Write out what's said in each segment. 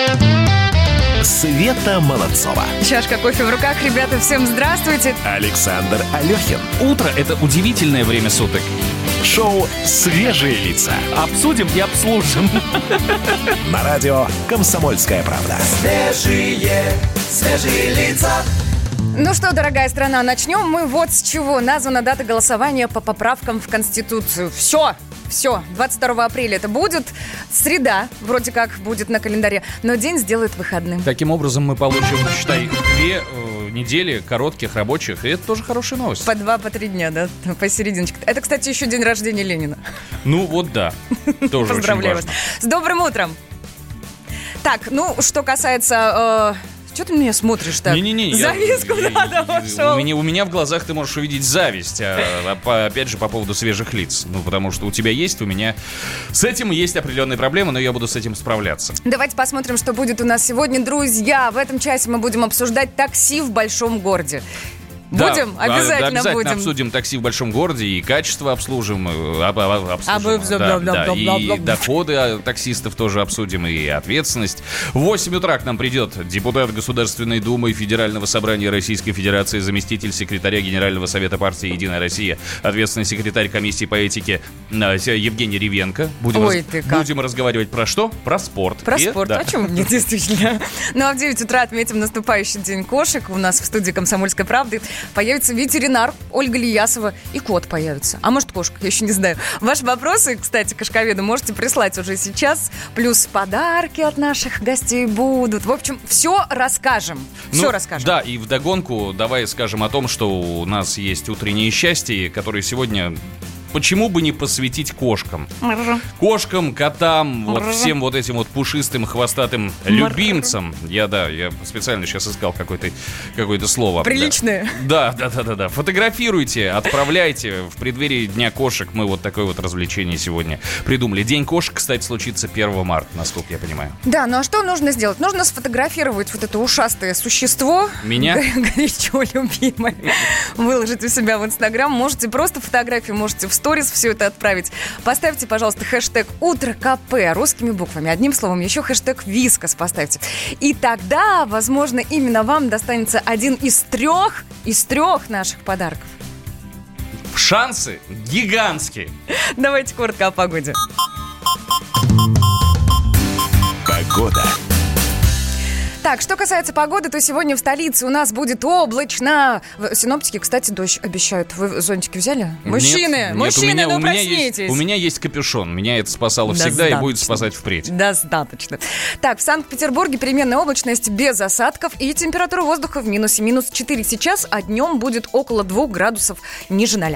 Света Молодцова. Чашка кофе в руках. Ребята, всем здравствуйте. Александр Алехин. Утро – это удивительное время суток. Шоу «Свежие лица». Обсудим и обслужим. На радио «Комсомольская правда». Свежие лица. Ну что, дорогая страна, начнем мы вот с чего. Названа дата голосования по поправкам в Конституцию. Все, 22 апреля это будет. Среда, вроде как, будет на календаре, но день сделает выходным. Таким образом мы получим, считай, 2 недели коротких рабочих, и это тоже хорошая новость. По 2-3 дня, да, посерединочке. Это, кстати, еще день рождения Ленина. Ну вот да, тоже очень Поздравляю важно. вас. С добрым утром. Так, ну, что касается... Что ты меня смотришь так? Не-не-не. Завис куда-то пошел. У меня в глазах ты можешь увидеть зависть. Опять же, по поводу свежих лиц. Ну, потому что у тебя есть, у меня с этим есть определенные проблемы, но я буду с этим справляться. Давайте посмотрим, что будет у нас сегодня. Друзья, в этом часе мы будем обсуждать такси в большом городе. Будем? Да, обязательно будем. Обсудим такси в большом городе и качество обслужим, и доходы таксистов тоже обсудим, и ответственность. В 8 утра к нам придет депутат Государственной Думы Федерального собрания Российской Федерации, заместитель секретаря Генерального совета партии «Единая Россия», ответственный секретарь комиссии по этике Евгений Ревенко. Будем разговаривать про что? Про спорт. Про спорт. Да. О чем мне действительно? Ну а в 9 утра отметим наступающий день кошек. У нас в студии «Комсомольской правды» появится ветеринар Ольга Лиясова, и кот появится. А может, кошка, я еще не знаю. Ваши вопросы, кстати, кошковеды, можете прислать уже сейчас. Плюс подарки от наших гостей будут. В общем, все расскажем. Все расскажем. Да, и вдогонку давай скажем о том, что у нас есть утреннее счастье, которое сегодня... Почему бы не посвятить кошкам? Кошкам, котам, вот всем вот этим вот пушистым, хвостатым любимцам. Я специально сейчас искал какое-то слово. Приличное. Да. Фотографируйте, отправляйте. В преддверии Дня кошек мы вот такое вот развлечение сегодня придумали. День кошек, кстати, случится 1 марта, насколько я понимаю. Да, ну а что нужно сделать? Нужно сфотографировать вот это ушастое существо. Меня? Горячо любимое. Выложить у себя в Инстаграм. Можете просто фотографию, можете в сторис все это отправить. Поставьте, пожалуйста, хэштег «Утро КП» русскими буквами. Одним словом, еще хэштег «Вискас» поставьте. И тогда, возможно, именно вам достанется один из трех наших подарков. Шансы гигантские. Давайте коротко о погоде. Погода. Так, что касается погоды, то сегодня в столице у нас будет облачно. Синоптики, кстати, дождь обещают. Вы зонтики взяли? Мужчины, проснитесь. У меня есть капюшон. Меня это спасало всегда и будет спасать впредь. Достаточно. Так, в Санкт-Петербурге переменная облачность без осадков и температура воздуха в минусе. -4 сейчас, а днем будет около 2 градусов ниже 0.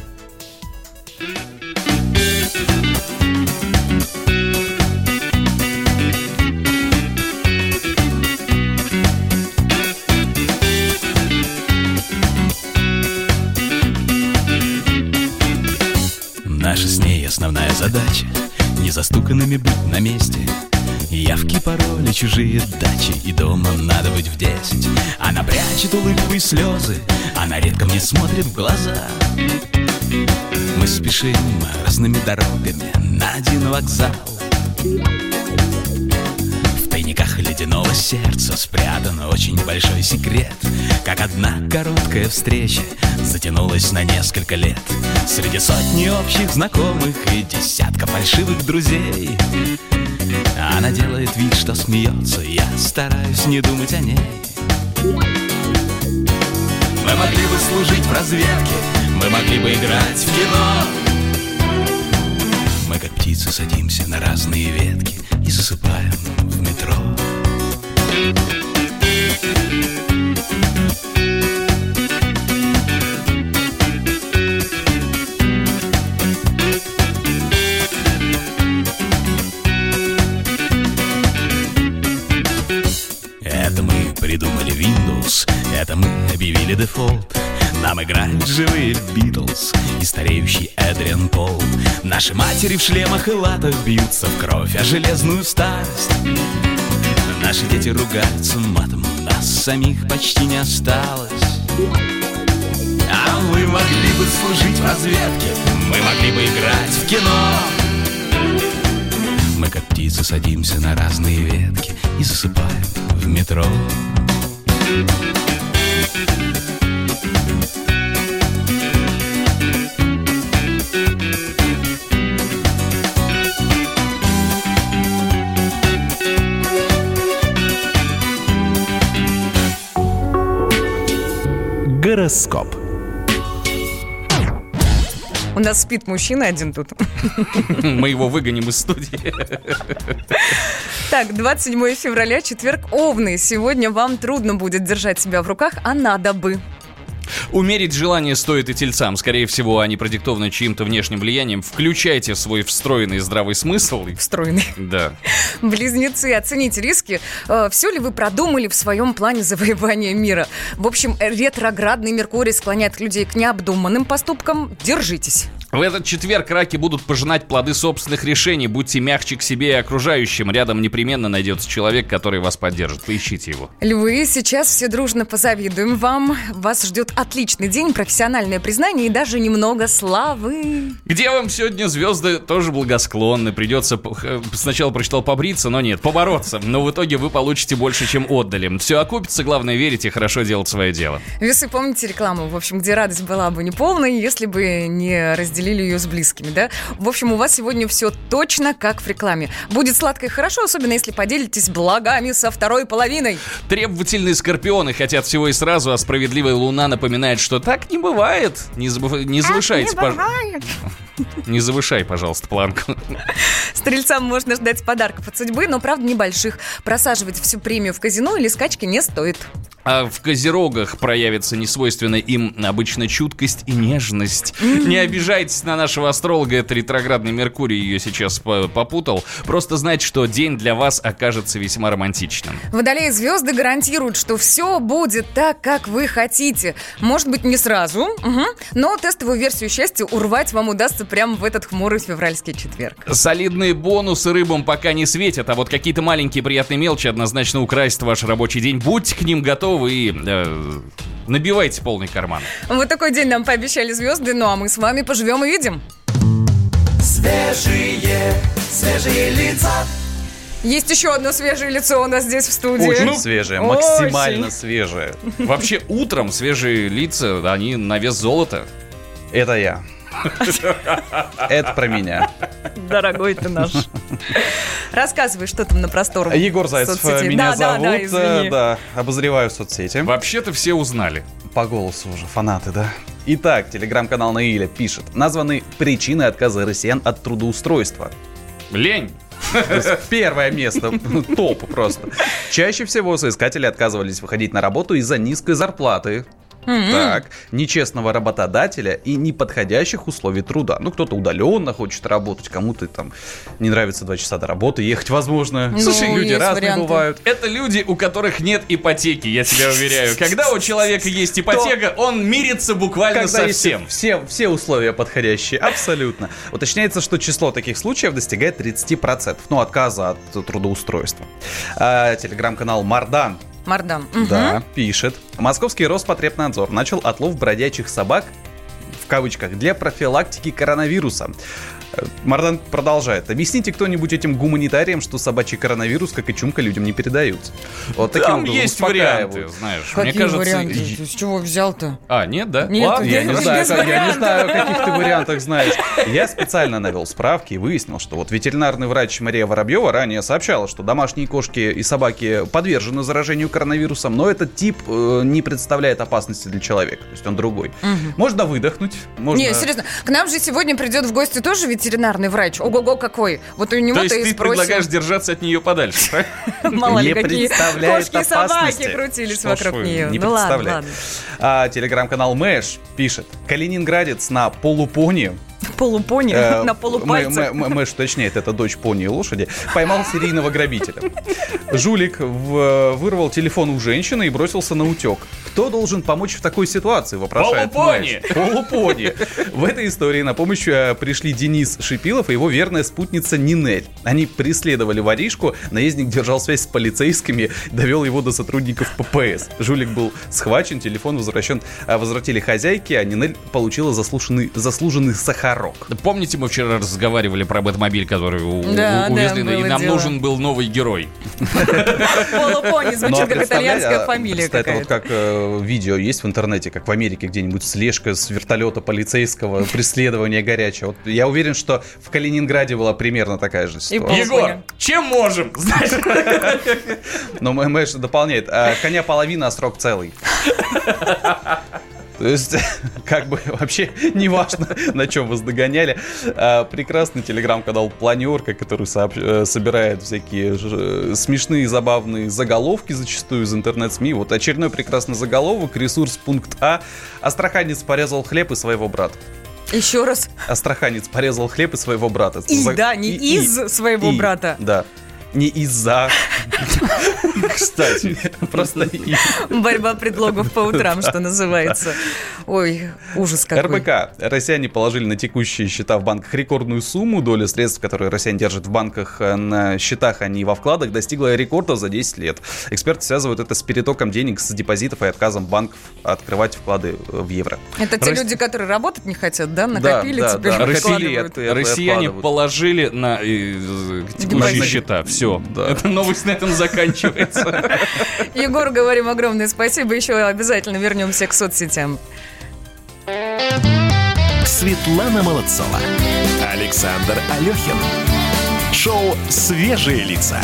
Наша с ней основная задача — незастуканными быть на месте. Явки, пароли, чужие дачи, и дома надо быть в 10. Она прячет улыбку и слезы, она редко мне смотрит в глаза. Мы спешим разными дорогами на один вокзал. В тайниках ледяного сердца спрятан очень большой секрет. Как одна короткая встреча затянулась на несколько лет. Среди сотни общих знакомых и десятка фальшивых друзей. Она делает вид, что смеется, я стараюсь не думать о ней. Мы могли бы служить в разведке, мы могли бы играть в кино. Мы как птицы садимся на разные ветки и засыпаем в метро. Это мы придумали Windows, это мы объявили дефолт. Нам играют живые Битлз и стареющий Эдриан Пол. Наши матери в шлемах и латах бьются в кровь о железную старость. Наши дети ругаются матом, нас самих почти не осталось. А мы могли бы служить в разведке, мы могли бы играть в кино. Мы как птицы садимся на разные ветки и не засыпают в метро. Гороскоп. У нас спит мужчина один тут. Мы его выгоним из студии. Так, 27 февраля, четверг, Овны. Сегодня вам трудно будет держать себя в руках, а надо бы. Умерить желание стоит и тельцам. Скорее всего, они продиктованы чьим-то внешним влиянием. Включайте свой встроенный здравый смысл. Встроенный. Да. Близнецы, оцените риски. Все ли вы продумали в своем плане завоевания мира? В общем, ретроградный Меркурий склоняет людей к необдуманным поступкам. Держитесь. В этот четверг раки будут пожинать плоды собственных решений. Будьте мягче к себе и окружающим. Рядом непременно найдется человек, который вас поддержит. Поищите его. Львы, сейчас все дружно позавидуем вам. Вас ждет отличный день, профессиональное признание и даже немного славы. Где вам сегодня звезды тоже благосклонны. Придется, сначала прочитал побриться, но нет, побороться. Но в итоге вы получите больше, чем отдали. Все окупится, главное верить и хорошо делать свое дело. Весы, помните рекламу, в общем, где радость была бы неполной, если бы не разделили ее с близкими, да? В общем, у вас сегодня все точно как в рекламе. Будет сладко и хорошо, особенно если поделитесь благами со второй половиной. Требовательные скорпионы хотят всего и сразу, а справедливая луна напоминает, что так не бывает. Не завышайте, не завышай, пожалуйста, планку. Стрельцам можно ждать подарков от судьбы, но, правда, небольших. Просаживать всю премию в казино или скачки не стоит. А в козерогах проявится несвойственная им обычно чуткость и нежность. Не обижайтесь на нашего астролога, это ретроградный Меркурий ее сейчас попутал. Просто знайте, что день для вас окажется весьма романтичным. Водолеи, звезды гарантируют, что все будет так, как вы хотите. Может быть, не сразу, но тестовую версию счастья урвать вам удастся прямо в этот хмурый февральский четверг. Солидные бонусы рыбам пока не светят, а вот какие-то маленькие приятные мелочи однозначно украсят ваш рабочий день. Будьте к ним готовы и набивайте полный карман. Вот такой день нам пообещали звезды, ну а мы с вами поживем и видим. Свежие лица. Есть еще одно свежее лицо у нас здесь в студии. Очень свежее, максимально свежее. Вообще утром свежие лица, они на вес золота. Это я. Это про меня. Дорогой ты наш. Рассказывай, что там на просторах. Егор Зайцев соцсетей. меня Да, зовут. извини. Да, обозреваю соцсети. Вообще-то все узнали. По голосу уже, фанаты, да. Итак, телеграм-канал Наиля пишет. Названы причины отказа россиян от трудоустройства. Лень. Первое место, топ просто. Чаще всего соискатели отказывались выходить на работу из-за низкой зарплаты. Так, нечестного работодателя и неподходящих условий труда. Ну, кто-то удаленно хочет работать, кому-то там не нравится 2 часа до работы ехать, возможно. Ну, Слушай, люди разные варианты. бывают. Это люди, у которых нет ипотеки, я тебя уверяю. Когда у человека есть ипотека, он мирится буквально Когда со есть всем. все условия подходящие, абсолютно. Уточняется, что число таких случаев достигает 30%, ну, отказа от трудоустройства. Телеграм-канал Мардан. Мардан. Да, пишет. Московский Роспотребнадзор начал отлов бродячих собак, в кавычках, для профилактики коронавируса. Мардан продолжает. Объясните кто-нибудь этим гуманитариям, что собачий коронавирус, как и чумка, людям не передаются. Вот таким Там образом есть варианты, успокаивают. знаешь. Какие Мне кажется... варианты? Ты с чего взял-то? А, нет, да? Нет, Ладно, Я не без знаю, вариантов. о каких ты вариантах знаешь. Я специально навел справки и выяснил, что вот ветеринарный врач Мария Воробьева ранее сообщала, что домашние кошки и собаки подвержены заражению коронавирусом, но этот тип не представляет опасности для человека, то есть он другой. Можно выдохнуть, можно... Не, серьезно, к нам же сегодня придет в гости тоже ветеринарный врач. Ого-го какой. Вот у него-то То есть и ты спросим. предлагаешь держаться от нее подальше, правильно? Мало ли Не какие представляет кошки и собаки опасности. крутились Что ж вокруг вы, нее. не Ну ладно, представляет. ладно. Телеграм-канал Мэш пишет. Калининградец на полупони. Полупони на полупальцах. Мэш уточняет, это дочь пони и лошади. Поймал серийного грабителя. Жулик вырвал телефон у женщины и бросился на утек. Кто должен помочь в такой ситуации, вопрошает Полупони! Мэш. Полупони. В этой истории на помощь пришли Денис Шипилов и его верная спутница Нинель. Они преследовали воришку, наездник держал связь с полицейскими, довел его до сотрудников ППС. Жулик был схвачен, телефон возвратили хозяйке, а Нинель получила заслуженный Сахаров. порог. Помните, мы вчера разговаривали про Бэтмобиль, который увезли, и нам нужен был новый герой. Полупони, звучит как итальянская фамилия какая-то. какая-то. Вот как видео есть в интернете, как в Америке где-нибудь слежка с вертолета полицейского, преследование горячее. Вот я уверен, что в Калининграде была примерно такая же ситуация. Егор, чем можем? Но Мэш дополняет. Коня половина, а срок целый. То есть, как бы вообще не важно, на чем вас догоняли. Прекрасный телеграм-канал «Планерка», который собирает всякие смешные, забавные заголовки, зачастую из интернет-СМИ. Вот очередной прекрасный заголовок, ресурс пункт А. Астраханец порезал хлеб и своего брата. Еще раз. Астраханец порезал хлеб и своего брата. Из своего брата. Да. Не из-за. Кстати, просто борьба предлогов по утрам, что называется. Ой, ужас какой. РБК. Россияне положили на текущие счета в банках рекордную сумму. Доля средств, которые россияне держат в банках на счетах, а не во вкладах, достигла рекорда за 10 лет. Эксперты связывают это с перетоком денег с депозитов и отказом банков открывать вклады в евро. Это те люди, которые работать не хотят, да? Накопили, теперь вкладывают. Россияне положили на текущие счета. Все. Да. Эта новость на этом заканчивается. Егор, говорим огромное спасибо. Еще обязательно вернемся к соцсетям. Светлана Молодцова. Александр Алехин. Шоу «Свежие лица».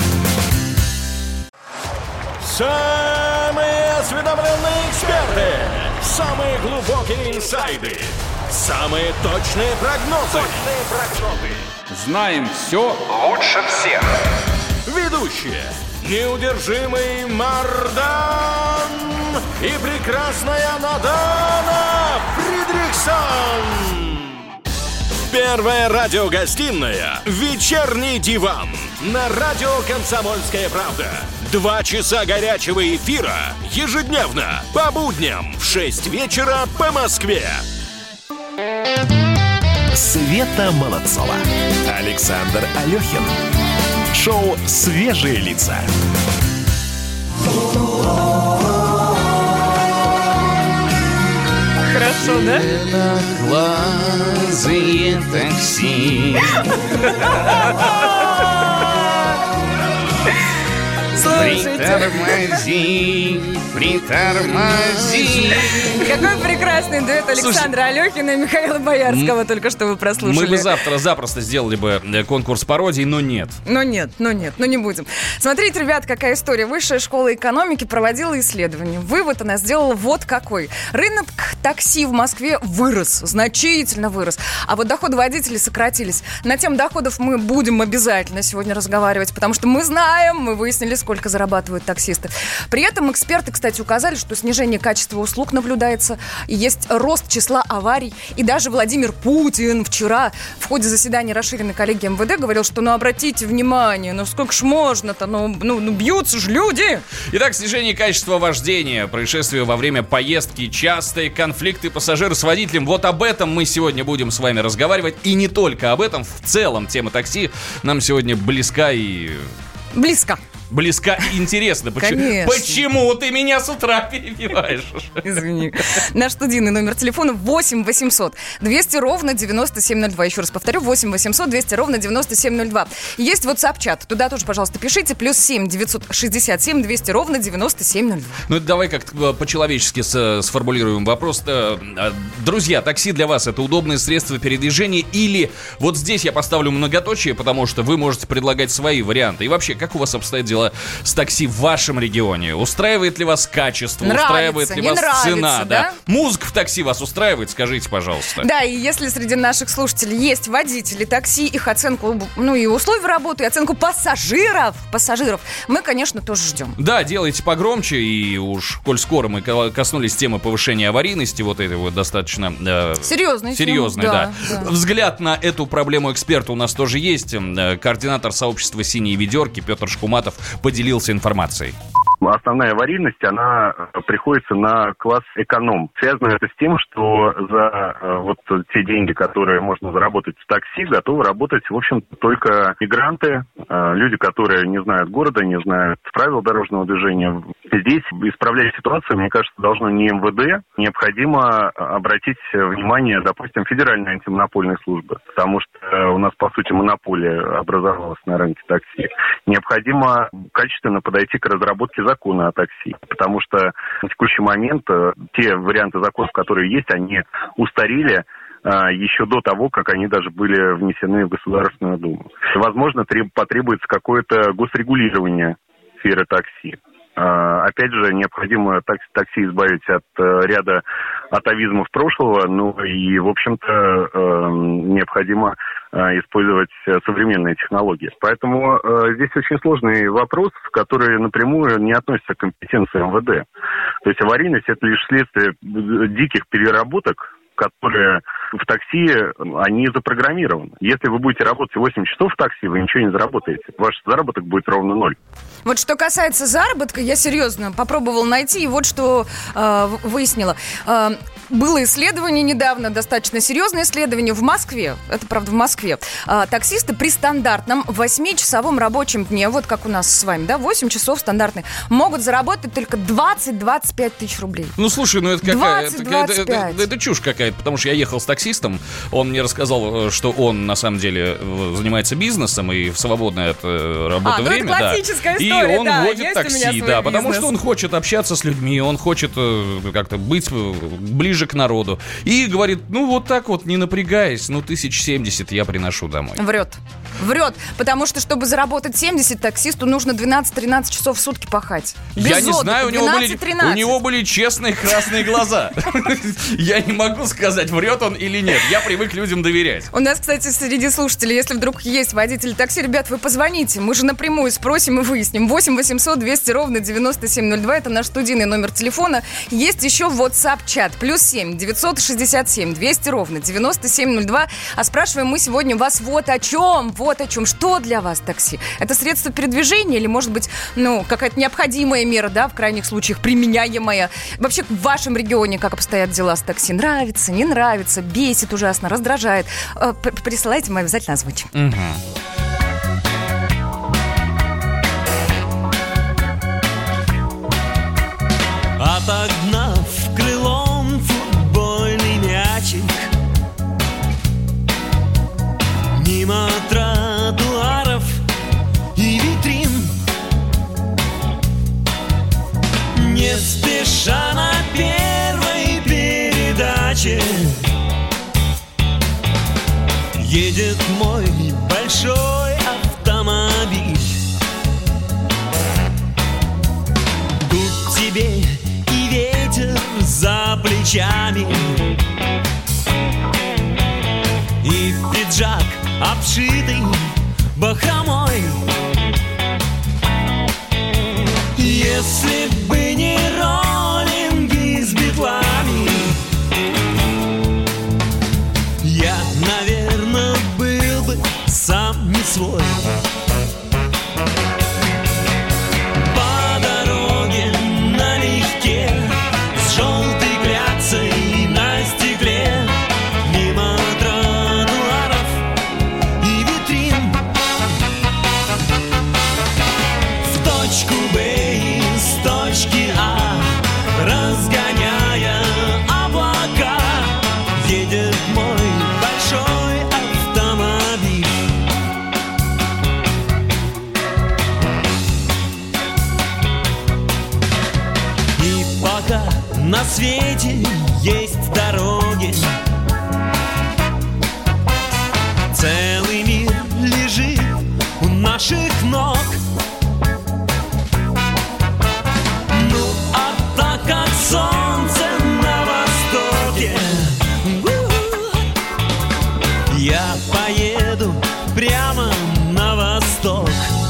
Самые осведомленные эксперты. Самые глубокие инсайды. Самые точные прогнозы. Знаем все лучше всех. Ведущие: неудержимый Мардан и прекрасная Надана Фридрихсон. Первая радиогостинная «Вечерний диван» на радио «Комсомольская правда». 2 часа горячего эфира ежедневно по будням в 6 вечера по Москве. Света Молодцова. Александр Алехин. Шоу «Свежие лица». Хорошо, да? Глазые такси. Притормози. Какой прекрасный дуэт Александра Алехина и Михаила Боярского только что вы прослушали. Мы бы завтра запросто сделали бы конкурс пародий, но нет. Но не будем. Смотрите, ребят, какая история. Высшая школа экономики проводила исследование. Вывод она сделала вот какой. Рынок такси в Москве вырос, значительно вырос. А вот доходы водителей сократились. На тему доходов мы будем обязательно сегодня разговаривать, потому что мы знаем, мы выяснили, сколько зарабатывают таксисты. При этом эксперты, кстати, указали, что снижение качества услуг наблюдается, и есть рост числа аварий. И даже Владимир Путин вчера в ходе заседания расширенной коллегии МВД говорил, что обратите внимание, сколько ж можно-то, бьются же люди. Итак, снижение качества вождения, происшествия во время поездки, частые конфликты пассажиров с водителем. Вот об этом мы сегодня будем с вами разговаривать. И не только об этом. В целом тема такси нам сегодня близка и... Близка и интересно. Почему ты меня с утра перебиваешь? Извини. Наш студийный номер телефона 8 800 200 ровно 9702. Еще раз повторю, 8 800 200 ровно 9702. Есть WhatsApp-чат. Туда тоже, пожалуйста, пишите. +7 967 200 ровно 9702. Это давай как-то по-человечески сформулируем вопрос. Друзья, такси для вас — это удобное средство передвижения? Или вот здесь я поставлю многоточие, потому что вы можете предлагать свои варианты. И вообще, как у вас обстоят дела с такси в вашем регионе? Устраивает ли вас качество? Устраивает ли вас цена? Да? Музыка в такси вас устраивает? Скажите, пожалуйста. Да, и если среди наших слушателей есть водители такси, их оценку, и условия работы, и оценку пассажиров, мы, конечно, тоже ждем. Да, делайте погромче, и уж, коль скоро мы коснулись темы повышения аварийности, вот этой вот достаточно... Серьезной, да. Взгляд на эту проблему эксперта у нас тоже есть. Координатор сообщества «Синие ведерки» Петр Шкуматов поделился информацией. Основная аварийность, она приходится на класс эконом. Связано это с тем, что за вот те деньги, которые можно заработать в такси, готовы работать, в общем, только мигранты, люди, которые не знают города, не знают правил дорожного движения. Здесь исправлять ситуацию, мне кажется, должно не МВД. Необходимо обратить внимание, допустим, Федеральной антимонопольной службы, потому что у нас, по сути, монополия образовалась на рынке такси. Необходимо качественно подойти к разработке закона о такси, потому что на текущий момент те варианты законов, которые есть, они устарели еще до того, как они даже были внесены в Государственную Думу. Возможно, потребуется какое-то госрегулирование сферы такси. Опять же, необходимо такси избавить от ряда атовизмов прошлого, ну и, в общем-то, необходимо использовать современные технологии. Поэтому здесь очень сложный вопрос, который напрямую не относится к компетенции МВД. То есть аварийность – это лишь следствие диких переработок, которые в такси, они запрограммированы. Если вы будете работать 8 часов в такси, вы ничего не заработаете. Ваш заработок будет ровно 0. Вот что касается заработка, я серьезно попробовала найти, и вот что выяснила. Было исследование недавно, достаточно серьезное исследование в Москве, это правда в Москве. Таксисты при стандартном 8-часовом рабочем дне, вот как у нас с вами, да, 8 часов стандартные, могут заработать только 20-25 тысяч рублей. Ну, слушай, ну это какая... 20-25. Это чушь какая-то, потому что я ехал с таксистом, он мне рассказал, что он на самом деле занимается бизнесом и в свободное от работы время. Это классическая история, и он водит такси, да, потому что он хочет общаться с людьми, он хочет как-то быть ближе к народу. И говорит, ну вот так вот, не напрягаясь, 1070 я приношу домой. Врет, потому что, чтобы заработать 70, таксисту нужно 12-13 часов в сутки пахать. Я не знаю, у него были честные красные глаза. Я не могу сказать, врет он или нет. Я привык людям доверять. У нас, кстати, среди слушателей, если вдруг есть водитель такси, ребят, вы позвоните. Мы же напрямую спросим и выясним. 8 800 200 ровно 9702. Это наш студийный номер телефона. Есть еще WhatsApp-чат. +7 967 200 ровно 9702. А спрашиваем мы сегодня вас вот о чем. Что для вас такси? Это средство передвижения или, может быть, какая-то необходимая мера, да, в крайних случаях применяемая? Вообще, в вашем регионе как обстоят дела с такси? Нравится, не нравится, бесит ужасно, раздражает? Присылайте, мы обязательно озвучим. Отогнав крылом футбольный мячик мимо тротуаров и витрин, не спеша на первой передаче едет мой большой автомобиль. Тут тебе и ветер за плечами, и пиджак, обшитый бахромой. Если бы не роллинги с битлами, я, наверное, был бы сам не свой. По дороге налегке, с желтой кляксой на стекле, мимо тротуаров и витрин, в точку Б из точки А, разгоняя облака, едет мой большой автомобиль. И пока на свете есть дороги, целый мир лежит у наших ног. Ну, а так как солнце на востоке, я поеду прямо на восток.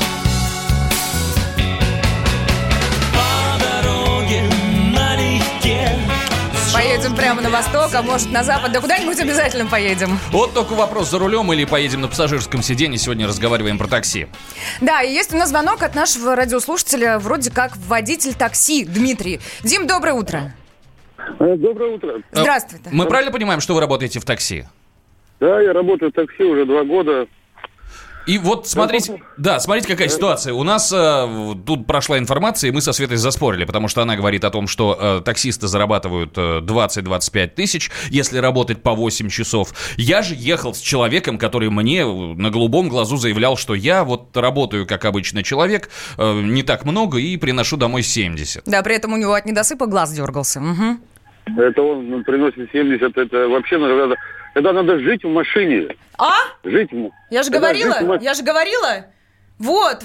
По дороге налегке. Поедем прямо на восток, а может на запад, да куда-нибудь обязательно поедем. Вот только вопрос, за рулем или поедем на пассажирском сиденье. Сегодня разговариваем про такси. Да, и есть у нас звонок от нашего радиослушателя, вроде как водитель такси, Дмитрий. Дим, доброе утро. Доброе утро. Здравствуйте. Мы правильно понимаем, что вы работаете в такси? Да, я работаю в такси уже 2 года. И вот смотрите, смотрите, какая ситуация. У нас тут прошла информация, и мы со Светой заспорили, потому что она говорит о том, что таксисты зарабатывают 20-25 тысяч, если работать по 8 часов. Я же ехал с человеком, который мне на голубом глазу заявлял, что я вот работаю как обычный человек, не так много, и приношу домой 70. Да, при этом у него от недосыпа глаз дергался. Угу. Это он приносит 70, это вообще надо... Тогда надо жить в машине. А? Жить в... Я же говорила. Вот.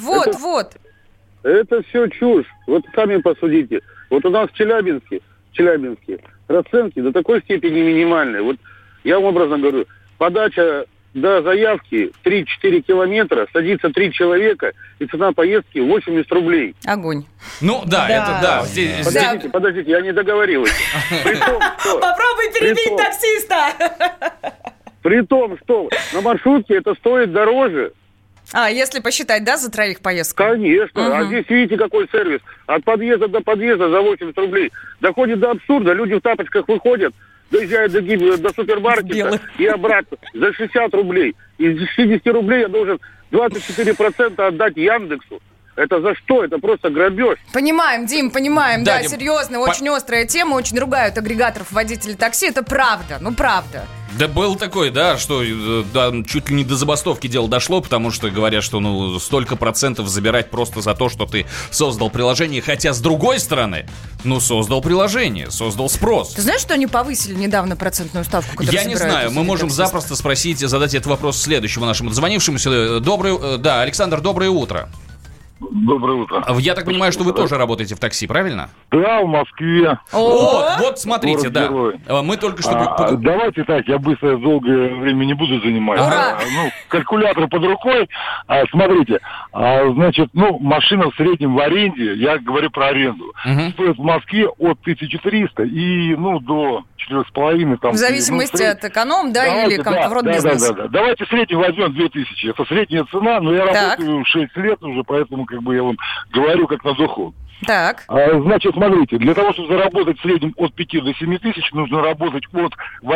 Это все чушь. Вот сами посудите. Вот у нас в Челябинске расценки до такой степени минимальные. Вот я вам образно говорю, подача до заявки 3-4 километра, садится 3 человека, и цена поездки 80 рублей. Огонь. Ну да, это да. Подождите, я не договорилась. Попробуй перебить таксиста. При том, что на маршрутке это стоит дороже. А, если посчитать, да, за троих поездку? Конечно. А здесь видите, какой сервис. От подъезда до подъезда за 80 рублей. Доходит до абсурда. Люди в тапочках выходят, доезжают до супермаркета и обратно за 60 рублей. Из 60 рублей я должен 24% отдать Яндексу. Это за что? Это просто грабеж. Понимаем, Дим, понимаем. Да, Дим, серьезно, очень острая тема. Очень ругают агрегаторов, водителей такси. Это правда, правда. Да был такой, да, что чуть ли не до забастовки дело дошло, потому что говорят, что столько процентов забирать просто за то, что ты создал приложение. Хотя, с другой стороны, создал приложение, создал спрос. Ты знаешь, что они повысили недавно процентную ставку, которую Я не знаю, мы можем запросто задать этот вопрос следующему нашему дозвонившемуся. Александр, доброе утро. Доброе утро. Я так понимаю, что вы тоже работаете в такси, правильно? Да, в Москве. Вот смотрите, да. Мы только что... Давайте так, я быстро долгое время не буду занимать. Калькулятор под рукой. Смотрите, значит, машина в среднем в аренде, я говорю про аренду, стоит в Москве от 1300 и, до 4,5. Там, в зависимости от эконом, или комфорт бизнеса. Да. Давайте средний возьмем 2000. Это средняя цена, но я работаю 6 лет уже, поэтому я вам говорю как на духу. Так. Значит, смотрите, для того, чтобы заработать в среднем от 5 до 7 тысяч, нужно работать от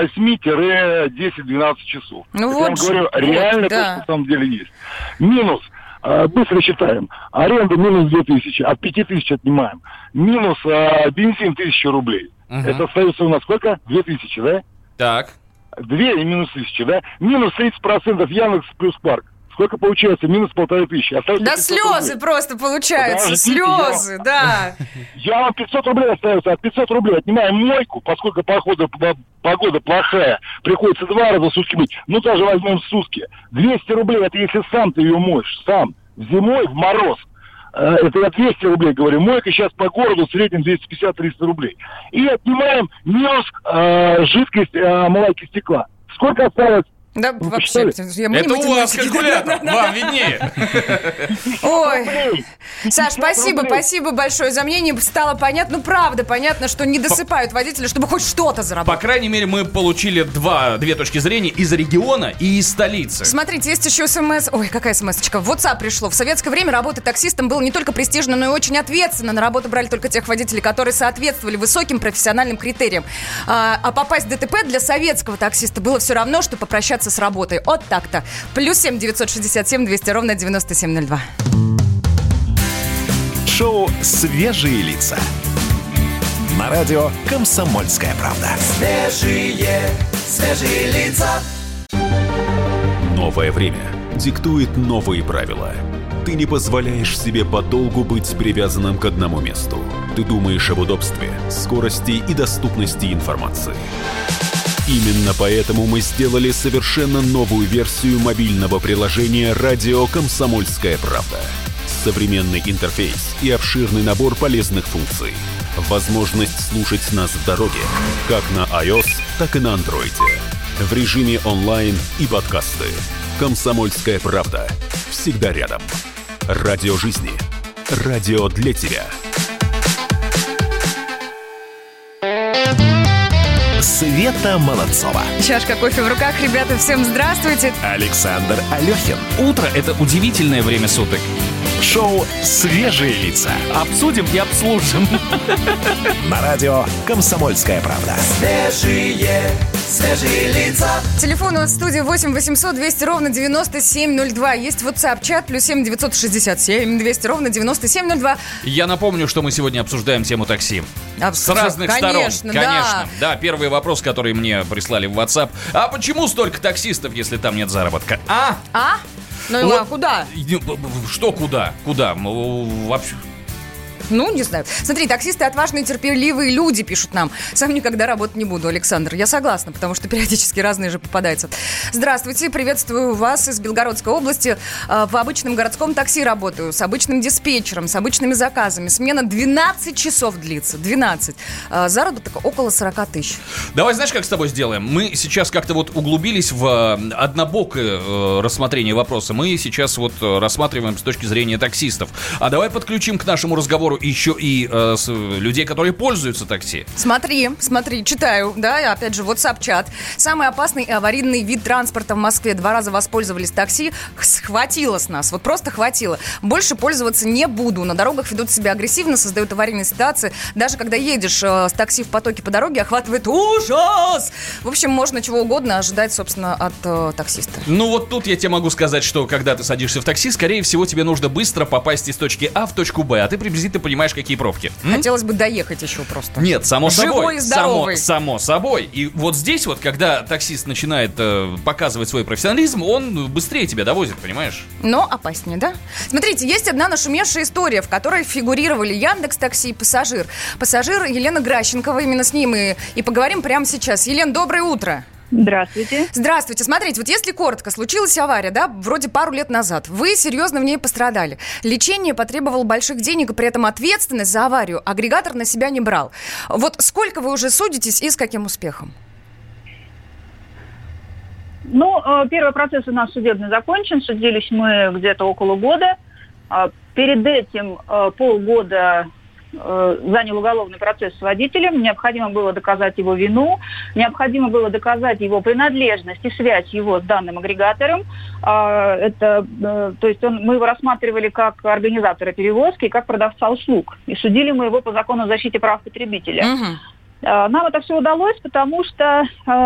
8-10-12 часов. Я вам говорю, реально то, что на самом деле есть. Минус. Быстро считаем. Аренда минус 2000, от 5000 отнимаем. Минус бензин 1000 рублей. Это остается у нас сколько? 2000, да? Так. 2 и минус 1000, да? Минус 30% Яндекс плюс парк. Сколько получается? Минус 1500. Да слезы просто получаются. Слезы, да. Я вам 500 рублей остается. От 500 рублей отнимаем мойку, поскольку погода плохая. Приходится 2 раза в сутки мыть. Даже возьмем сутки. 200 рублей, это если сам ты ее моешь. Сам. Зимой в мороз. Это я 200 рублей говорю. Мойка сейчас по городу в среднем 250-300 рублей. И отнимаем минус жидкость молоки стекла. Сколько осталось? Да, вообще, это у вас калькулятор, вам виднее. Ой, Саш, спасибо большое за мнение. Стало понятно, правда понятно, что не досыпают водители, чтобы хоть что-то заработать. По крайней мере, мы получили две точки зрения из региона и из столицы. Смотрите, есть еще смс. Ой, какая смс-очка? В WhatsApp пришло. В советское время работать таксистом было не только престижно, но и очень ответственно. На работу брали только тех водителей, которые соответствовали высоким профессиональным критериям. А попасть в ДТП для советского таксиста было все равно, что попрощаться с работой. Вот так-то. +7 967 200 ровно 9702. Шоу «Свежие лица». На радио «Комсомольская правда». Свежие лица. Новое время диктует новые правила. Ты не позволяешь себе подолгу быть привязанным к одному месту. Ты думаешь об удобстве, скорости и доступности информации. Именно поэтому мы сделали совершенно новую версию мобильного приложения «Радио Комсомольская правда». Современный интерфейс и обширный набор полезных функций. Возможность слушать нас в дороге, как на iOS, так и на Android. В режиме онлайн и подкасты. «Комсомольская правда». Всегда рядом. Радио жизни. Радио для тебя. Света Молодцова. Чашка кофе в руках. Ребята, всем здравствуйте. Александр Алехин. Утро – это удивительное время суток. Шоу «Свежие лица». Обсудим и обслужим. На радио «Комсомольская правда». Свежие лица. Телефон у нас в студии 8 800 200 ровно 9702. Есть WhatsApp-чат +7 967 200 ровно 9702. Я напомню, что мы сегодня обсуждаем тему такси. С разных Конечно, сторон. Конечно. Да, первый вопрос, который мне прислали в WhatsApp. А почему столько таксистов, если там нет заработка? Ну Вот. а куда? Что куда? Куда? Вообще... Ну, не знаю. Смотри, таксисты отважные, терпеливые люди, пишут нам. Сам никогда работать не буду, Александр. Я согласна, потому что периодически разные же попадаются. Здравствуйте, приветствую вас из Белгородской области. В обычном городском такси работаю, с обычным диспетчером, с обычными заказами. Смена 12 часов длится, 12. Заработок около 40 тысяч. Давай, знаешь, как с тобой сделаем? Мы сейчас как-то вот углубились в однобокое рассмотрение вопроса. Мы сейчас вот рассматриваем с точки зрения таксистов. А давай подключим к нашему разговору еще и людей, которые пользуются такси. Смотри, читаю, да, опять же, WhatsApp-чат. Самый опасный и аварийный вид транспорта в Москве. 2 раза воспользовались такси, хватило с нас, вот просто хватило. Больше пользоваться не буду. На дорогах ведут себя агрессивно, создают аварийные ситуации. Даже когда едешь с такси в потоке по дороге, охватывает ужас! В общем, можно чего угодно ожидать, собственно, от таксиста. Ну вот тут я тебе могу сказать, что когда ты садишься в такси, скорее всего, тебе нужно быстро попасть из точки А в точку Б, а ты приблизительно понимаешь, какие пробки. Хотелось бы доехать еще просто. Нет, само Живой собой. и здоровый. Само собой. И вот здесь вот, когда таксист начинает показывать свой профессионализм, он быстрее тебя довозит, понимаешь? Но опаснее, да? Смотрите, есть одна нашумевшая история, в которой фигурировали Яндекс.Такси и пассажир. Пассажир Елена Гращенкова, именно с ней мы и поговорим прямо сейчас. Елена, доброе утро. Здравствуйте. Здравствуйте. Смотрите, вот если коротко, случилась авария, да, вроде пару лет назад. Вы серьезно в ней пострадали. Лечение потребовало больших денег, и при этом ответственность за аварию агрегатор на себя не брал. Вот сколько вы уже судитесь и с каким успехом? Ну, первый процесс у нас судебный закончен. Судились мы где-то около года. Перед этим полгода занял уголовный процесс с водителем. Необходимо было доказать его вину, необходимо было доказать его принадлежность и связь его с данным агрегатором. То есть мы его рассматривали как организатора перевозки и как продавца услуг. И судили мы его по закону о защите прав потребителя. Нам это все удалось, потому что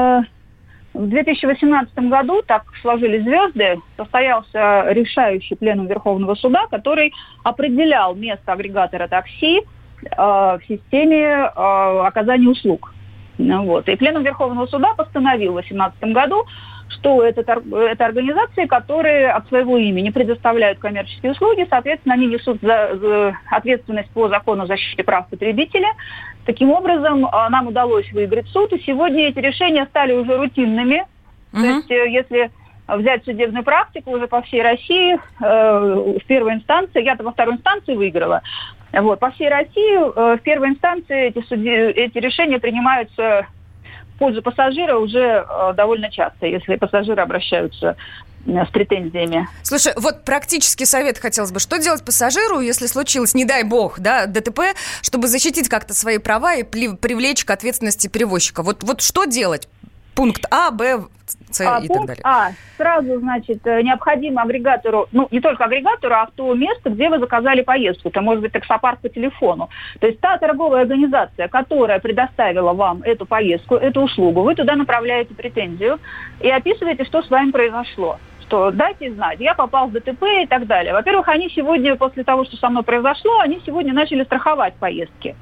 в 2018 году, так сложились звезды, состоялся решающий пленум Верховного суда, который определял место агрегатора такси в системе оказания услуг. Вот. И пленум Верховного суда постановил в 2018 году, что это организации, которые от своего имени предоставляют коммерческие услуги, соответственно, они несут за ответственность по закону о защите прав потребителя. Таким образом, нам удалось выиграть суд, и сегодня эти решения стали уже рутинными. То есть, если взять судебную практику уже по всей России, в первой инстанции, я-то во второй инстанции выиграла, вот, по всей России в первой инстанции эти решения принимаются в пользу пассажира уже довольно часто, если пассажиры обращаются с претензиями. Слушай, вот практический совет хотелось бы. Что делать пассажиру, если случилось, не дай бог, да, ДТП, чтобы защитить как-то свои права и привлечь к ответственности перевозчика? Вот что делать? Пункт А, Б, С и так пункт далее. Сразу, значит, необходимо агрегатору, ну, не только агрегатору, а в то место, где вы заказали поездку. Это может быть таксопарк по телефону. То есть та торговая организация, которая предоставила вам эту поездку, эту услугу, вы туда направляете претензию и описываете, что с вами произошло. Что дайте знать, я попал в ДТП и так далее. Во-первых, они сегодня, после того, что со мной произошло, они сегодня начали страховать поездки.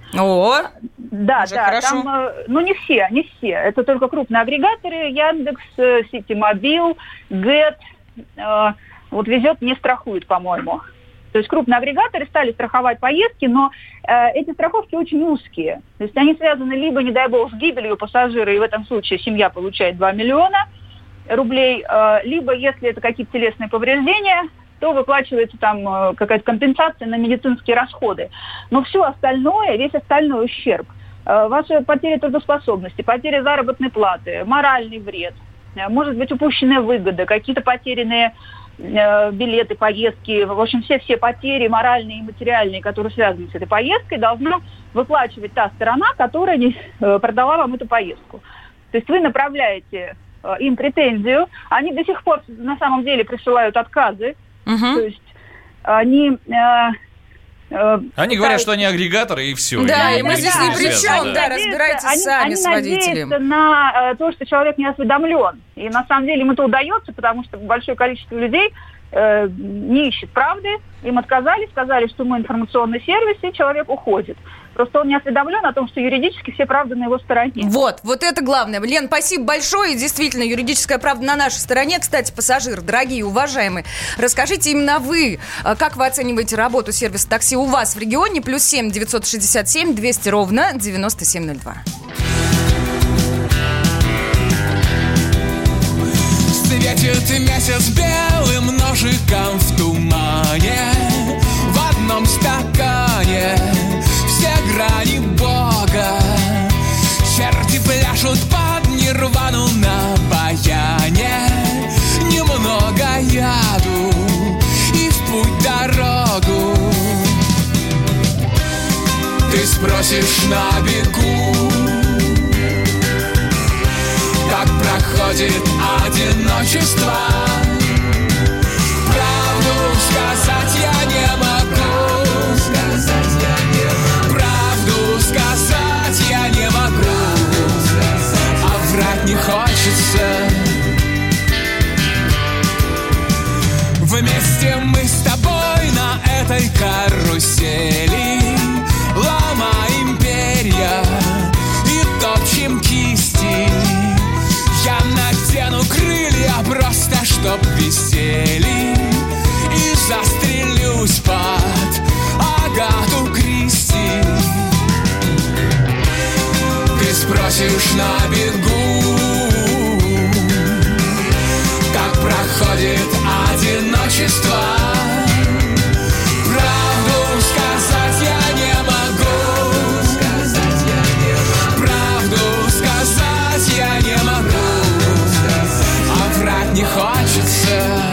Да, хорошо. Там, не все. Это только крупные агрегаторы, Яндекс, Ситимобил, Гэт. Вот Везет не страхует, по-моему. То есть крупные агрегаторы стали страховать поездки, но эти страховки очень узкие. То есть они связаны либо, не дай бог, с гибелью пассажира, и в этом случае семья получает 2 миллиона рублей, либо, если это какие-то телесные повреждения, то выплачивается там какая-то компенсация на медицинские расходы. Но все остальное, весь остальной ущерб, ваша потеря трудоспособности, потеря заработной платы, моральный вред, может быть упущенная выгода, какие-то потерянные билеты, поездки, в общем, все потери моральные и материальные, которые связаны с этой поездкой, должна выплачивать та сторона, которая продала вам эту поездку. То есть вы направляете им претензию, они до сих пор на самом деле присылают отказы, то есть они... Они говорят, что они агрегаторы, и все. Да, и мы здесь ни при чем, да, разбирайтесь сами с водителем. Они надеются на то, что человек не осведомлен. И на самом деле им это удается, потому что большое количество людей не ищет правды, им отказали, сказали, что мы информационный сервис, и человек уходит. Просто он не осведомлен о том, что юридически все правды на его стороне. Вот это главное. Лен, спасибо большое. Действительно, юридическая правда на нашей стороне. Кстати, пассажиры, дорогие, уважаемые, расскажите именно вы, как вы оцениваете работу сервиса такси у вас в регионе? +7 967 200 ровно 9702. Светит месяц белым ножиком в тумане, в одном стакане все грани Бога. Черти пляшут под нирвану на баяне. Немного яду и в путь дорогу. Ты спросишь на бегу, как проходит одиночество. Правду сказать я не могу. Правду сказать я не могу. А врать не хочется. Вместе мы с тобой на этой карусели ломаем перья и топчем кисти. Я надену крылья просто, чтоб висели, и застрелюсь под Агату Кристи. Ты спросишь на бегу, как проходит одиночество. Правду сказать я не могу. Правду сказать я не могу. А врать не хочется.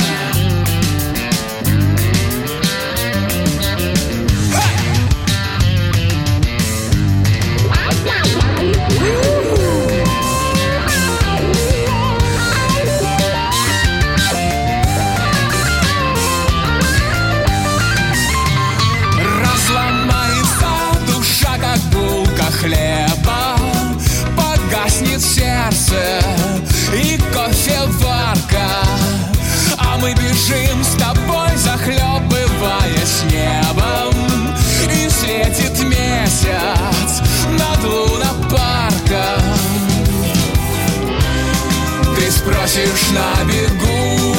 Хлеба, погаснет сердце и кофеварка, а мы бежим с тобой, захлебываясь небом, и светит месяц над лунопарком. Ты спросишь на бегу,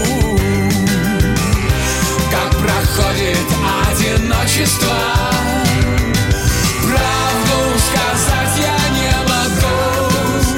как проходит одиночество. Сказать я не могу.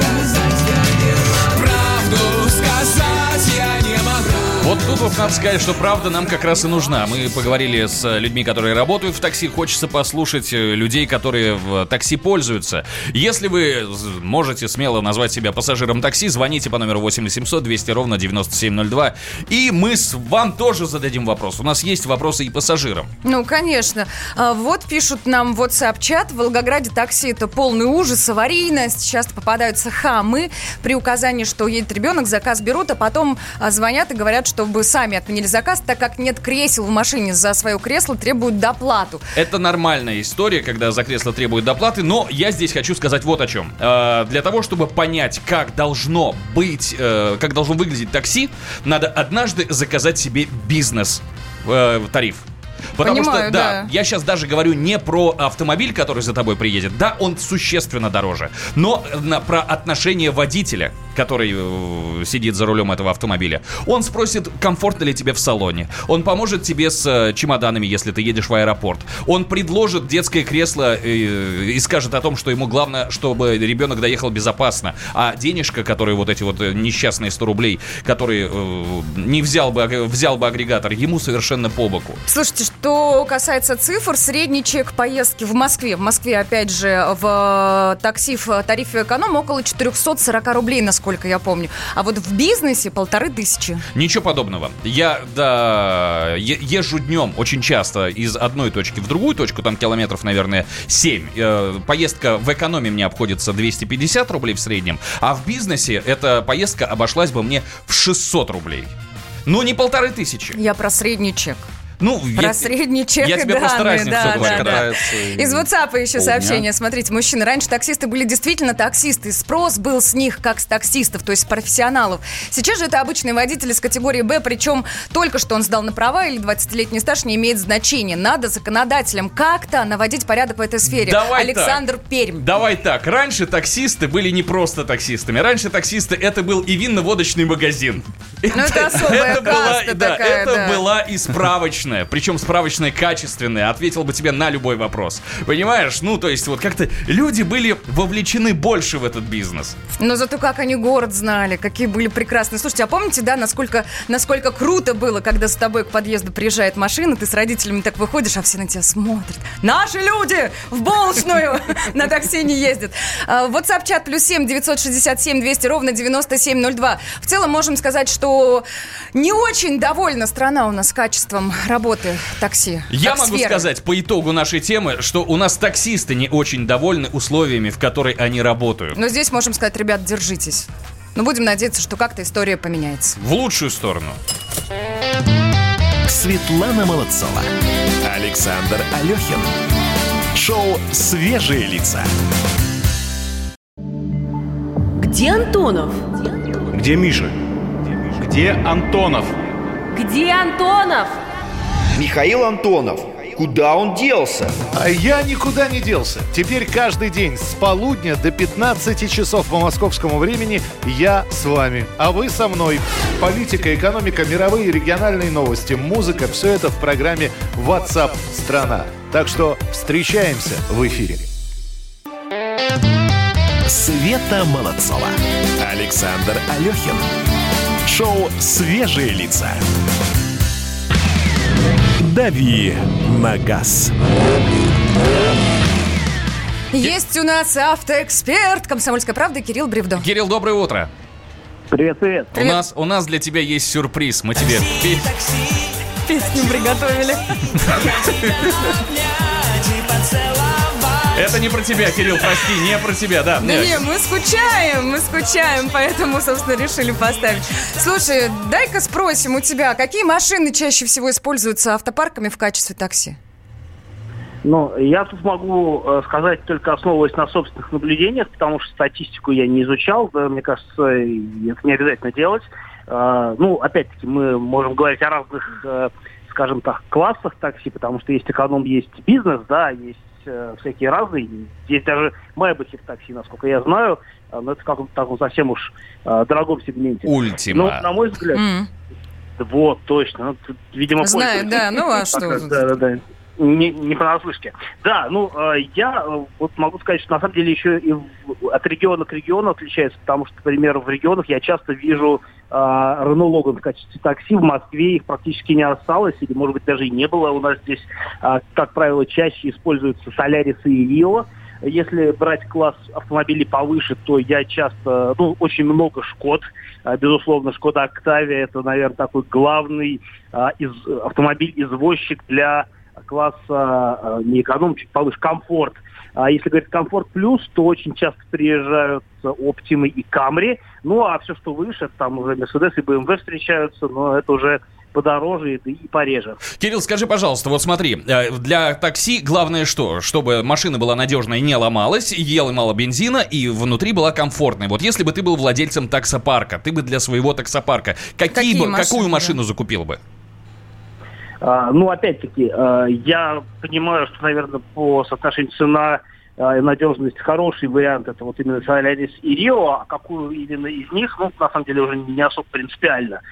Правду сказать я не могу. Вот тут вот надо сказать, что правда нам как раз и нужна. Мы поговорили с людьми, которые работают в такси. Хочется послушать людей, которые в такси пользуются. Если вы можете смело назвать себя пассажиром такси, звоните по номеру 8 800 200 ровно 9702. И мы вам тоже зададим вопрос. У нас есть вопросы и пассажирам. Ну, конечно. Вот пишут нам в WhatsApp-чат. В Волгограде такси — это полный ужас, аварийность. Часто попадаются хамы. При указании, что едет ребенок, заказ берут, а потом звонят и говорят, чтобы сами отменили заказ, так как нет кресел в машине, за свое кресло требуют доплату. Это нормальная история, когда за кресло требуют доплаты, но я здесь хочу сказать вот о чем. Для того, чтобы понять, как должно быть, как должно выглядеть такси, надо однажды заказать себе бизнес-тариф. Потому Понимаю, что, да, я сейчас даже говорю не про автомобиль, который за тобой приедет. Да, он существенно дороже. Но про отношение водителя, который сидит за рулем этого автомобиля. Он спросит, комфортно ли тебе в салоне. Он поможет тебе с чемоданами, если ты едешь в аэропорт. Он предложит детское кресло и скажет о том, что ему главное, чтобы ребенок доехал безопасно. А денежка, которые вот эти вот несчастные 100 рублей, которые не взял бы агрегатор, ему совершенно по боку. Слушайте, что касается цифр, средний чек поездки в Москве. В Москве, опять же, в такси в тарифе эконом около 440 рублей, насколько я помню. А вот в бизнесе 1500. Ничего подобного. Я езжу днем очень часто из одной точки в другую точку, там километров, наверное, 7. Поездка в экономе мне обходится 250 рублей в среднем, а в бизнесе эта поездка обошлась бы мне в 600 рублей. Ну, не 1500. Я про средний чек. Про средний чек я и тебе просто данные, разницу говорю. да. Из WhatsApp еще полдня. сообщение. Смотрите, мужчины, раньше таксисты были действительно таксисты. Спрос был с них как с таксистов, то есть с профессионалов. Сейчас же это обычный водитель из категории Б, причем только что он сдал на права или 20-летний стаж не имеет значения. Надо законодателям как-то наводить порядок в этой сфере. Александр Пермь. Давай так. Раньше таксисты были не просто таксистами. Раньше таксисты это был и винно-водочный магазин. Это особая каста такая, Это была и справочная. Причем справочная качественная. Ответил бы тебе на любой вопрос. Понимаешь? То есть вот как-то люди были вовлечены больше в этот бизнес. Но зато как они город знали, какие были прекрасные. Слушайте, а помните, да, насколько круто было, когда с тобой к подъезду приезжает машина, ты с родителями так выходишь, а все на тебя смотрят. Наши люди в Болшную на такси не ездят. WhatsApp-чат +7 967 200 ровно 9702. В целом можем сказать, что не очень довольна страна у нас качеством работы такси. Я могу сказать по итогу нашей темы, что у нас таксисты не очень довольны условиями, в которых они работают. Но здесь можем сказать, ребят, держитесь. Но будем надеяться, что как-то история поменяется. В лучшую сторону. Светлана Молодцова. Александр Алехин. Шоу «Свежие лица». Где Антонов? Где Миша? Где Антонов? Где Антонов? Михаил Антонов. Куда он делся? А я никуда не делся. Теперь каждый день с полудня до 15 часов по московскому времени я с вами, а вы со мной. Политика, экономика, мировые и региональные новости, музыка – все это в программе WhatsApp страна. Так что встречаемся в эфире. Света Молодцова. Александр Алехин. Шоу «Свежие лица». Дави на газ. Есть у нас автоэксперт «Комсомольской правды» Кирилл Бревдо. Кирилл, доброе утро. Привет. У нас для тебя есть сюрприз. Мы тебе песню приготовили. Это не про тебя, Кирилл, прости, не про тебя, да. Не, мы скучаем, поэтому, собственно, решили поставить. Слушай, дай-ка спросим у тебя, какие машины чаще всего используются автопарками в качестве такси? Я тут могу сказать, только основываясь на собственных наблюдениях, потому что статистику я не изучал, да, мне кажется, это не обязательно делать. Опять-таки, мы можем говорить о разных, скажем так, классах такси, потому что есть эконом, есть бизнес, да, есть всякие разные. Есть даже Майбахи в такси, насколько я знаю, но это в каком-то таком совсем уж дорогом сегменте. Ультима. На мой взгляд... Вот, точно. Видимо, знаю, да, а что? Да. Не понаслышке. Да, я вот могу сказать, что на самом деле еще и от региона к региону отличается, потому что, например, в регионах я часто вижу Renault Logan в качестве такси. В Москве их практически не осталось, или, может быть, даже и не было. У нас здесь, как правило, чаще используются Solaris и Rio. Если брать класс автомобилей повыше, то я часто, очень много Шкод. Безусловно, Шкода Октавия – это, наверное, такой главный автомобиль-извозчик для класса не эконом, чуть повыше, комфорт. А если говорить комфорт плюс, то очень часто приезжают Оптимы и Камри. А все, что выше, там уже Мерседес и БМВ встречаются, но это уже подороже и пореже. Кирилл, скажи, пожалуйста, вот смотри, для такси главное что? Чтобы машина была надежной, не ломалась, ела мало бензина и внутри была комфортной. Вот если бы ты был владельцем таксопарка, ты бы для своего таксопарка какую машину закупил бы? Опять-таки, я понимаю, что, наверное, по соотношению цена и надежность хороший вариант, это вот именно Solaris и Rio, а какую именно из них, на самом деле, уже не особо принципиально.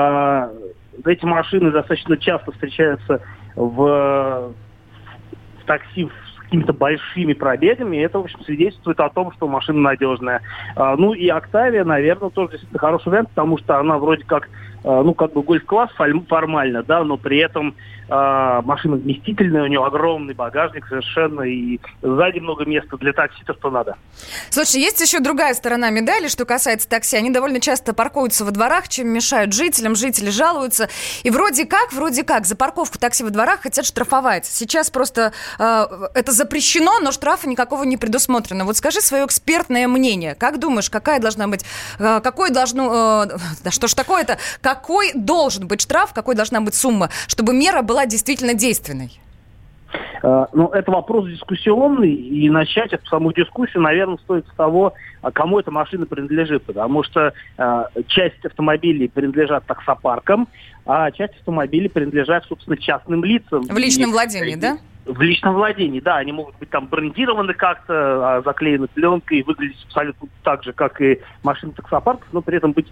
Эти машины достаточно часто встречаются в такси с какими-то большими пробегами, и это, в общем, свидетельствует о том, что машина надежная. И Октавия, наверное, тоже действительно хороший вариант, потому что она вроде как гольф-класс формально, да, но при этом машина вместительная, у нее огромный багажник совершенно, и сзади много места для такси, то, что надо. Слушай, есть еще другая сторона медали, что касается такси. Они довольно часто паркуются во дворах, чем мешают жителям. Жители жалуются. И вроде как, за парковку такси во дворах хотят штрафовать. Сейчас просто это запрещено, но штрафа никакого не предусмотрено. Вот скажи свое экспертное мнение. Как думаешь, какая должна быть, что ж такое-то, какой должен быть штраф, какой должна быть сумма, чтобы мера была действительно действенной? Ну, это вопрос дискуссионный, и начать эту саму дискуссию, наверное, стоит с того, кому эта машина принадлежит, потому что часть автомобилей принадлежат таксопаркам, а часть автомобилей принадлежат, собственно, частным лицам. В личном владении, да? В личном владении, да, они могут быть там брендированы как-то, заклеены пленкой, выглядеть абсолютно так же, как и машины таксопарков, но при этом быть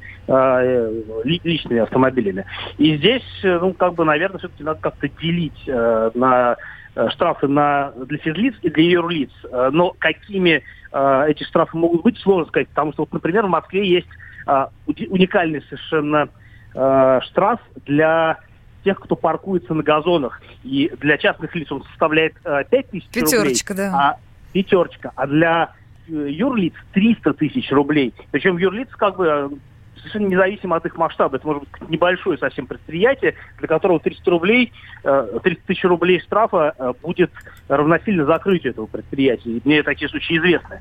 личными автомобилями. И здесь, ну, как бы, наверное, все-таки надо как-то делить на штрафы для физлиц и для юрлиц. Но какими эти штрафы могут быть, сложно сказать, потому что, вот, например, в Москве есть уникальный совершенно штраф для тех, кто паркуется на газонах. И для частных лиц он составляет 5000 рублей. Пятерочка. А для юрлиц 300 тысяч рублей. Причем юрлиц как бы совершенно независимо от их масштаба. Это может быть небольшое совсем предприятие, для которого 300 тысяч рублей штрафа будет равносильно закрытию этого предприятия. И мне такие случаи известны.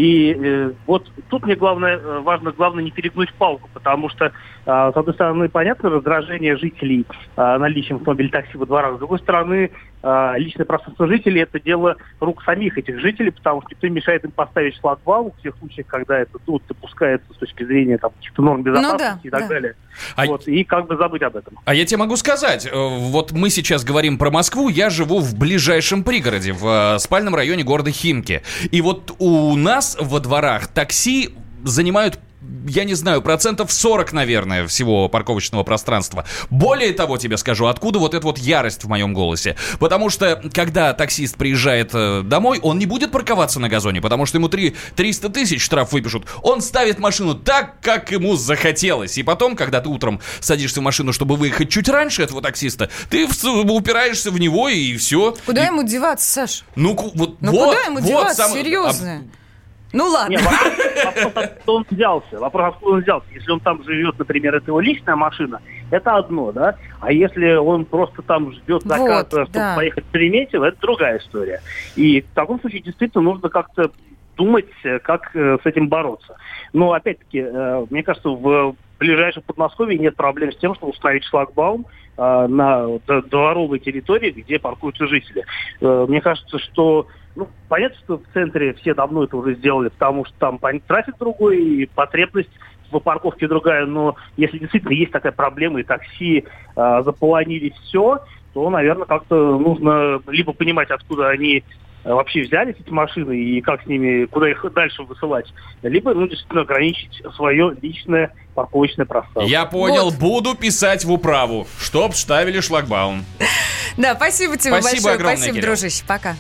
И вот тут мне важно не перегнуть палку, потому что, с одной стороны, понятно, раздражение жителей наличием автомобиля такси во дворах. С другой стороны, личное пространство жителей – это дело рук самих этих жителей, потому что никто не мешает им поставить шлагбаум в тех случаях, когда это допускается с точки зрения там, каких-то норм безопасности и так далее. Вот, и как бы забыть об этом. А я тебе могу сказать, вот мы сейчас говорим про Москву, я живу в ближайшем пригороде, в спальном районе города Химки. И вот у нас во дворах такси занимают, я не знаю, 40%, наверное, всего парковочного пространства. Более того, тебе скажу, откуда вот эта вот ярость в моем голосе. Потому что, когда таксист приезжает домой, он не будет парковаться на газоне, потому что ему 300 тысяч штраф выпишут. Он ставит машину так, как ему захотелось. И потом, когда ты утром садишься в машину, чтобы выехать чуть раньше этого таксиста, ты упираешься в него, и все. Куда ему деваться, Саш? Куда ему деваться, серьезно? Ну ладно. Нет, вопрос, откуда он взялся. Если он там живет, например, это его личная машина, это одно, да? А если он просто там ждет заказа, чтобы поехать в Шереметьево, это другая история. И в таком случае действительно нужно как-то думать, как с этим бороться. Но, опять-таки, мне кажется, в ближайшем Подмосковье нет проблем с тем, чтобы установить шлагбаум на дворовой территории, где паркуются жители. Мне кажется, что понятно, что в центре все давно это уже сделали, потому что там трафик другой, и потребность в парковке другая. Но если действительно есть такая проблема, и такси заполонили все, то, наверное, как-то нужно либо понимать, откуда они вообще взялись, эти машины, и как с ними, куда их дальше высылать, либо, действительно, ограничить свое личное парковочное пространство. Я понял, буду писать в управу, чтоб ставили шлагбаум. Да, спасибо тебе большое. Огромное, спасибо, Кирилл. дружище, пока.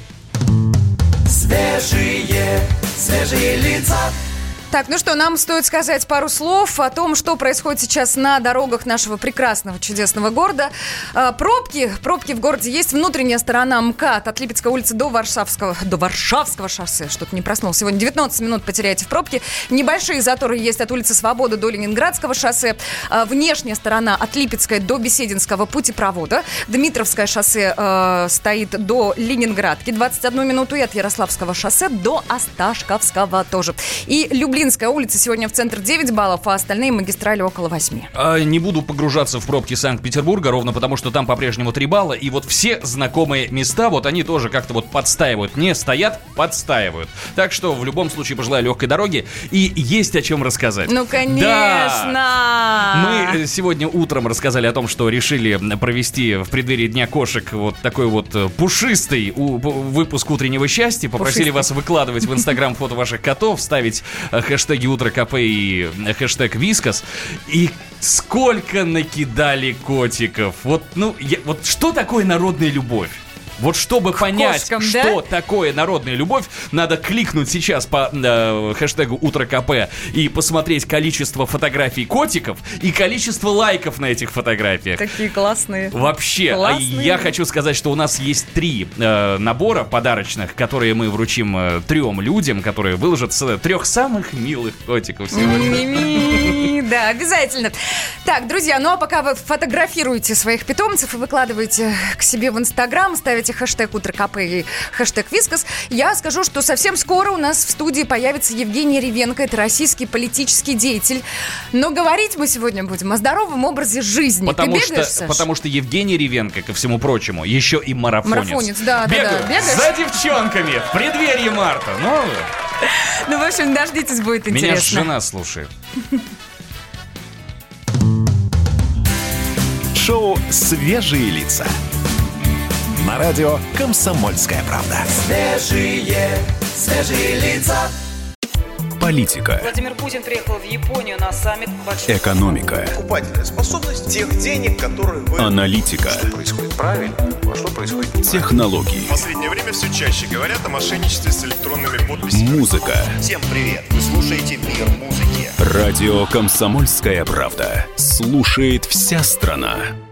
Свежие лица. Так, ну что, нам стоит сказать пару слов о том, что происходит сейчас на дорогах нашего прекрасного, чудесного города. Пробки в городе есть. Внутренняя сторона МКАД от Липецкой улицы до Варшавского шоссе. Что-то не проснулся. Сегодня 19 минут потеряете в пробке. Небольшие заторы есть от улицы Свободы до Ленинградского шоссе. Внешняя сторона от Липецкой до Бесединского путепровода. Дмитровское шоссе стоит до Ленинградки 21 минуту. И от Ярославского шоссе до Осташковского тоже. И Люблинская улица сегодня в центр 9 баллов, а остальные магистрали около 8. Не буду погружаться в пробки Санкт-Петербурга, ровно потому, что там по-прежнему 3 балла. И вот все знакомые места, вот они тоже как-то вот подстаивают. Не стоят, подстаивают. Так что в любом случае пожелаю легкой дороги. И есть о чем рассказать. Ну, конечно! Да! Мы сегодня утром рассказали о том, что решили провести в преддверии Дня кошек вот такой вот пушистый выпуск «Утреннего счастья». Попросили вас выкладывать в Инстаграм фото ваших котов, ставить хэштеги «Утро КП» и хэштег «Вискас». И сколько накидали котиков. Вот что такое народная любовь? Вот чтобы понять, кошкам, что такое народная любовь, надо кликнуть сейчас по хэштегу «Утро КП» и посмотреть количество фотографий котиков и количество лайков на этих фотографиях. Такие классные. Вообще, классные. Я хочу сказать, что у нас есть 3 набора подарочных, которые мы вручим 3 людям, которые выложат 3 самых милых котиков сегодня. Да, обязательно. Так, друзья, ну а пока вы фотографируете своих питомцев и выкладываете к себе в Инстаграм, ставите ставьте хэштег «Утро КП» и хэштег «Вискас». Я скажу, что совсем скоро у нас в студии появится Евгений Ревенко. Это российский политический деятель. Но говорить мы сегодня будем о здоровом образе жизни. Ты бегаешь, Саш? Потому что Евгений Ревенко, ко всему прочему, еще и марафонец. Марафонец, да. Бегаешь? За девчонками в преддверии марта. Ну, в общем, дождитесь, будет интересно. Меня жена слушает. Шоу «Свежие лица». На радио «Комсомольская правда». Свежие лица. Политика. Владимир Путин приехал в Японию на саммит большой... Экономика. Покупательная способность тех денег, которые вы... Аналитика. Что происходит правильно, а что происходит неправильно. Технологии. В последнее время все чаще говорят о мошенничестве с электронными подписями. Музыка. Всем привет! Вы слушаете «Мир музыки». Радио «Комсомольская правда». Слушает вся страна.